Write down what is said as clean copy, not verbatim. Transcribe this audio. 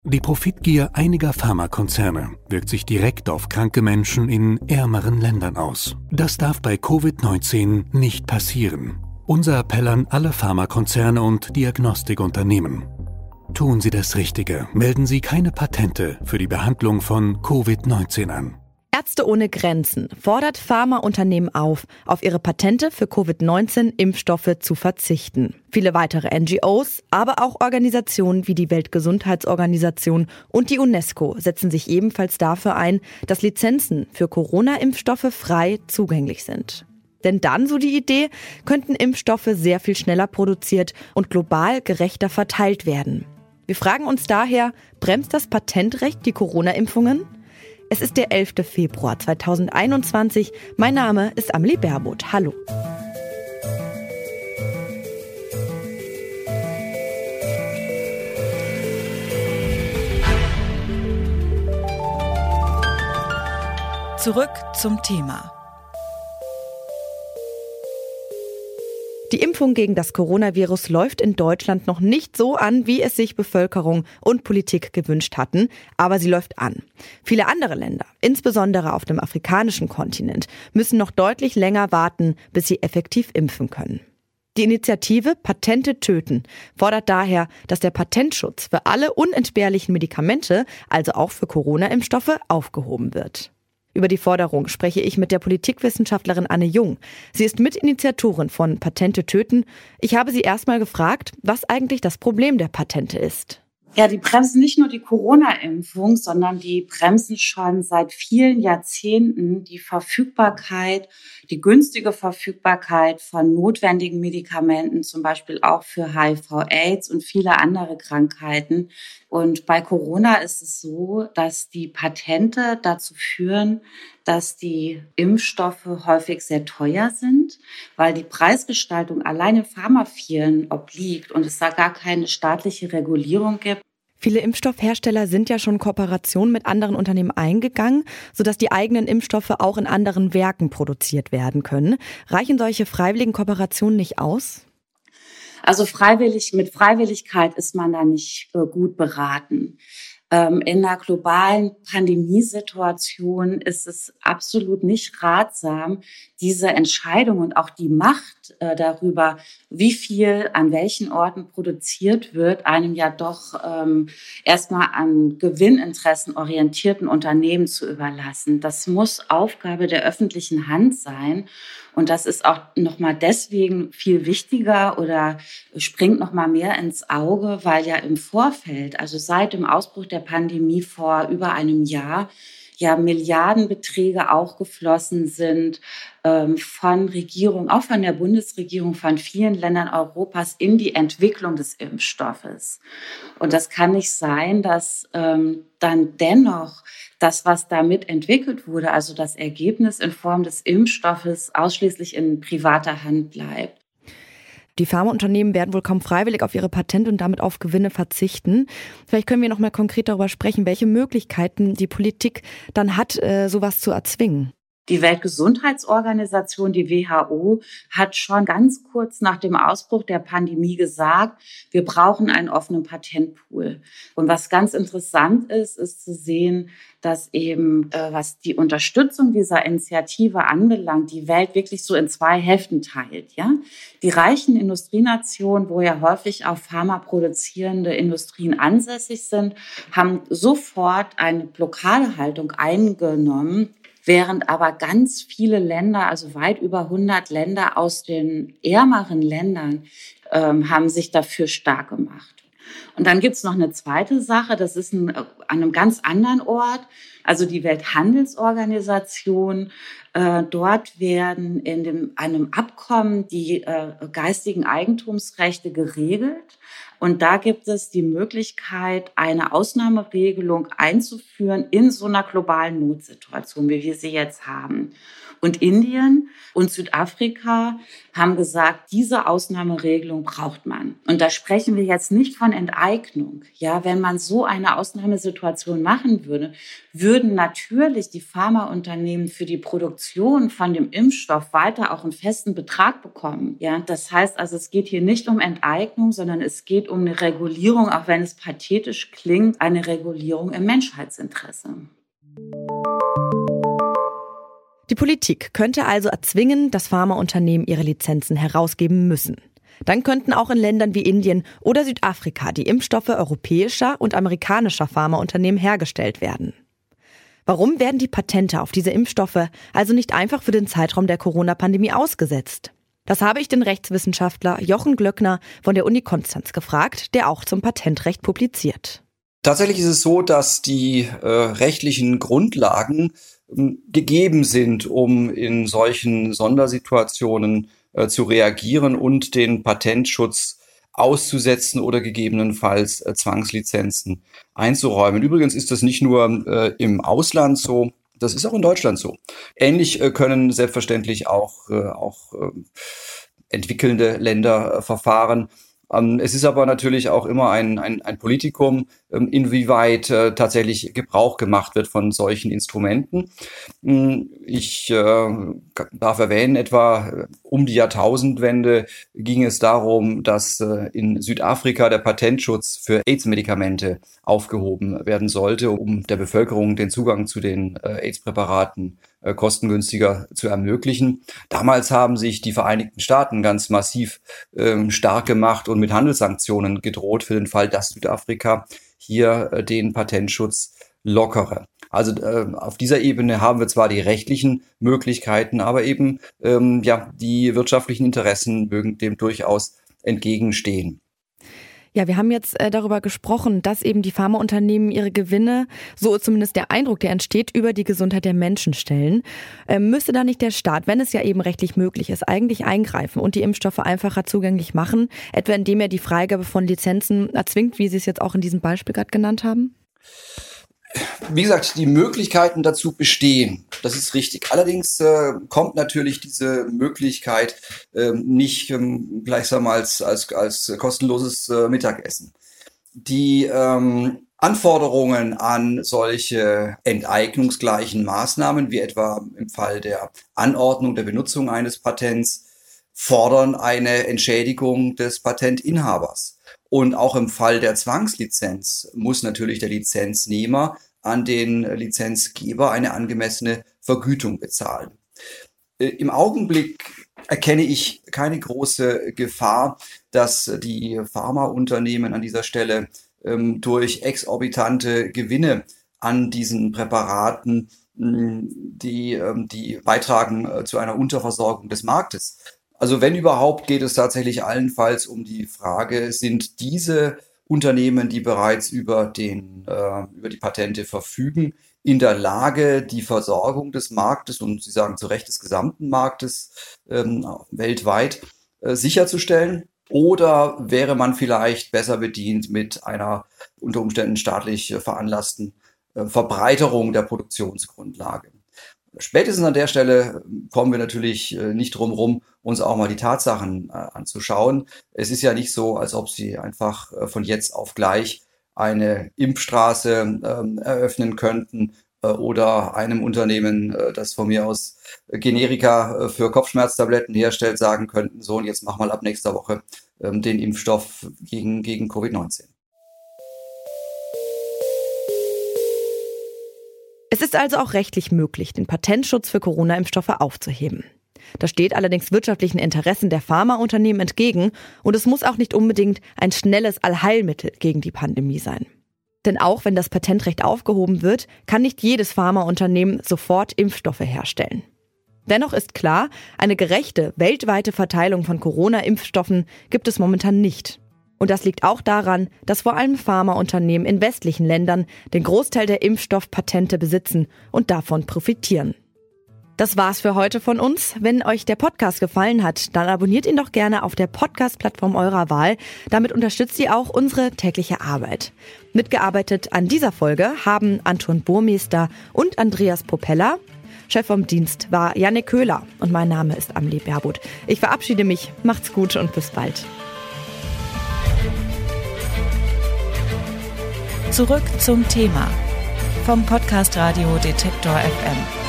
Die Profitgier einiger Pharmakonzerne wirkt sich direkt auf kranke Menschen in ärmeren Ländern aus. Das darf bei Covid-19 nicht passieren. Unser Appell an alle Pharmakonzerne und Diagnostikunternehmen: Tun Sie das Richtige. Melden Sie keine Patente für die Behandlung von Covid-19 an. Ärzte ohne Grenzen fordert Pharmaunternehmen auf ihre Patente für Covid-19-Impfstoffe zu verzichten. Viele weitere NGOs, aber auch Organisationen wie die Weltgesundheitsorganisation und die UNESCO setzen sich ebenfalls dafür ein, dass Lizenzen für Corona-Impfstoffe frei zugänglich sind. Denn dann, so die Idee, könnten Impfstoffe sehr viel schneller produziert und global gerechter verteilt werden. Wir fragen uns daher, bremst das Patentrecht die Corona-Impfungen? Es ist der 11. Februar 2021. Mein Name ist Amelie Baerboth. Hallo. Zurück zum Thema. Die Impfung gegen das Coronavirus läuft in Deutschland noch nicht so an, wie es sich Bevölkerung und Politik gewünscht hatten, aber sie läuft an. Viele andere Länder, insbesondere auf dem afrikanischen Kontinent, müssen noch deutlich länger warten, bis sie effektiv impfen können. Die Initiative Patente töten fordert daher, dass der Patentschutz für alle unentbehrlichen Medikamente, also auch für Corona-Impfstoffe, aufgehoben wird. Über die Forderung spreche ich mit der Politikwissenschaftlerin Anne Jung. Sie ist Mitinitiatorin von Patente töten. Ich habe sie erstmal gefragt, was eigentlich das Problem der Patente ist. Ja, die bremsen nicht nur die Corona-Impfung, sondern die bremsen schon seit vielen Jahrzehnten die Verfügbarkeit, die günstige Verfügbarkeit von notwendigen Medikamenten, zum Beispiel auch für HIV/AIDS und viele andere Krankheiten. Und bei Corona ist es so, dass die Patente dazu führen, dass die Impfstoffe häufig sehr teuer sind, weil die Preisgestaltung allein in Pharmafirmen obliegt und es da gar keine staatliche Regulierung gibt. Viele Impfstoffhersteller sind ja schon Kooperationen mit anderen Unternehmen eingegangen, sodass die eigenen Impfstoffe auch in anderen Werken produziert werden können. Reichen solche freiwilligen Kooperationen nicht aus? Also mit Freiwilligkeit ist man da nicht gut beraten. In einer globalen Pandemiesituation ist es absolut nicht ratsam, diese Entscheidung und auch die Macht darüber, wie viel an welchen Orten produziert wird, einem ja doch erstmal an Gewinninteressen orientierten Unternehmen zu überlassen. Das muss Aufgabe der öffentlichen Hand sein. Und das ist auch nochmal deswegen viel wichtiger oder springt nochmal mehr ins Auge, weil ja im Vorfeld, also seit dem Ausbruch der Pandemie vor über einem Jahr, ja Milliardenbeträge auch geflossen sind von Regierung, auch von der Bundesregierung, von vielen Ländern Europas in die Entwicklung des Impfstoffes. Und das kann nicht sein, dass dann dennoch das, was damit entwickelt wurde, also das Ergebnis in Form des Impfstoffes, ausschließlich in privater Hand bleibt. Die Pharmaunternehmen werden wohl kaum freiwillig auf ihre Patente und damit auf Gewinne verzichten. Vielleicht können wir noch mal konkret darüber sprechen, welche Möglichkeiten die Politik dann hat, sowas zu erzwingen. Die Weltgesundheitsorganisation, die WHO, hat schon ganz kurz nach dem Ausbruch der Pandemie gesagt, wir brauchen einen offenen Patentpool. Und was ganz interessant ist, ist zu sehen, dass eben, was die Unterstützung dieser Initiative anbelangt, die Welt wirklich so in zwei Hälften teilt. Ja? Die reichen Industrienationen, wo ja häufig auch pharmaproduzierende Industrien ansässig sind, haben sofort eine Blockadehaltung eingenommen, während aber ganz viele Länder, also weit über 100 Länder aus den ärmeren Ländern, haben sich dafür stark gemacht. Und dann gibt's noch eine zweite Sache, das ist an einem ganz anderen Ort, also die Welthandelsorganisation. Dort werden in einem Abkommen die geistigen Eigentumsrechte geregelt. Und da gibt es die Möglichkeit, eine Ausnahmeregelung einzuführen in so einer globalen Notsituation, wie wir sie jetzt haben. Und Indien und Südafrika haben gesagt, diese Ausnahmeregelung braucht man. Und da sprechen wir jetzt nicht von Enteignung. Ja, wenn man so eine Ausnahmesituation machen würde, würden natürlich die Pharmaunternehmen für die Produktion von dem Impfstoff weiter auch einen festen Betrag bekommen. Ja, das heißt also, es geht hier nicht um Enteignung, sondern es geht um eine Regulierung, auch wenn es pathetisch klingt, eine Regulierung im Menschheitsinteresse. Die Politik könnte also erzwingen, dass Pharmaunternehmen ihre Lizenzen herausgeben müssen. Dann könnten auch in Ländern wie Indien oder Südafrika die Impfstoffe europäischer und amerikanischer Pharmaunternehmen hergestellt werden. Warum werden die Patente auf diese Impfstoffe also nicht einfach für den Zeitraum der Corona-Pandemie ausgesetzt? Das habe ich den Rechtswissenschaftler Jochen Glöckner von der Uni Konstanz gefragt, der auch zum Patentrecht publiziert. Tatsächlich ist es so, dass die rechtlichen Grundlagen gegeben sind, um in solchen Sondersituationen zu reagieren und den Patentschutz auszusetzen oder gegebenenfalls Zwangslizenzen einzuräumen. Übrigens ist das nicht nur im Ausland so, das ist auch in Deutschland so. Ähnlich können selbstverständlich auch entwickelnde Länder verfahren. Es ist aber natürlich auch immer ein Politikum, inwieweit tatsächlich Gebrauch gemacht wird von solchen Instrumenten. Ich darf erwähnen, etwa um die Jahrtausendwende ging es darum, dass in Südafrika der Patentschutz für AIDS-Medikamente aufgehoben werden sollte, um der Bevölkerung den Zugang zu den AIDS-Präparaten kostengünstiger zu ermöglichen. Damals haben sich die Vereinigten Staaten ganz massiv stark gemacht und mit Handelssanktionen gedroht für den Fall, dass Südafrika hier den Patentschutz lockere. Also auf dieser Ebene haben wir zwar die rechtlichen Möglichkeiten, aber eben die wirtschaftlichen Interessen mögen dem durchaus entgegenstehen. Ja, wir haben jetzt darüber gesprochen, dass eben die Pharmaunternehmen ihre Gewinne, so zumindest der Eindruck, der entsteht, über die Gesundheit der Menschen stellen. Müsste da nicht der Staat, wenn es ja eben rechtlich möglich ist, eigentlich eingreifen und die Impfstoffe einfacher zugänglich machen, etwa indem er die Freigabe von Lizenzen erzwingt, wie Sie es jetzt auch in diesem Beispiel gerade genannt haben? Wie gesagt, die Möglichkeiten dazu bestehen. Das ist richtig. Allerdings kommt natürlich diese Möglichkeit nicht gleichsam als kostenloses Mittagessen. Die Anforderungen an solche enteignungsgleichen Maßnahmen, wie etwa im Fall der Anordnung der Benutzung eines Patents, fordern eine Entschädigung des Patentinhabers. Und auch im Fall der Zwangslizenz muss natürlich der Lizenznehmer an den Lizenzgeber eine angemessene Vergütung bezahlen. Im Augenblick erkenne ich keine große Gefahr, dass die Pharmaunternehmen an dieser Stelle durch exorbitante Gewinne an diesen Präparaten, die beitragen zu einer Unterversorgung des Marktes. Also wenn überhaupt, geht es tatsächlich allenfalls um die Frage, sind diese Unternehmen, die bereits über die Patente verfügen, in der Lage, die Versorgung des Marktes und Sie sagen zu Recht des gesamten Marktes weltweit sicherzustellen? Oder wäre man vielleicht besser bedient mit einer unter Umständen staatlich veranlassten Verbreiterung der Produktionsgrundlage? Spätestens an der Stelle kommen wir natürlich nicht drum rum, uns auch mal die Tatsachen anzuschauen. Es ist ja nicht so, als ob Sie einfach von jetzt auf gleich eine Impfstraße eröffnen könnten oder einem Unternehmen, das von mir aus Generika für Kopfschmerztabletten herstellt, sagen könnten, so und jetzt mach mal ab nächster Woche den Impfstoff gegen Covid-19. Es ist also auch rechtlich möglich, den Patentschutz für Corona-Impfstoffe aufzuheben. Das steht allerdings wirtschaftlichen Interessen der Pharmaunternehmen entgegen und es muss auch nicht unbedingt ein schnelles Allheilmittel gegen die Pandemie sein. Denn auch wenn das Patentrecht aufgehoben wird, kann nicht jedes Pharmaunternehmen sofort Impfstoffe herstellen. Dennoch ist klar, eine gerechte, weltweite Verteilung von Corona-Impfstoffen gibt es momentan nicht. Und das liegt auch daran, dass vor allem Pharmaunternehmen in westlichen Ländern den Großteil der Impfstoffpatente besitzen und davon profitieren. Das war's für heute von uns. Wenn euch der Podcast gefallen hat, dann abonniert ihn doch gerne auf der Podcast-Plattform eurer Wahl. Damit unterstützt ihr auch unsere tägliche Arbeit. Mitgearbeitet an dieser Folge haben Anton Burmester und Andreas Propeller. Chef vom Dienst war Jannik Köhler und mein Name ist Amelie Berbot. Ich verabschiede mich, macht's gut und bis bald. Zurück zum Thema vom Podcast Radio Detektor FM.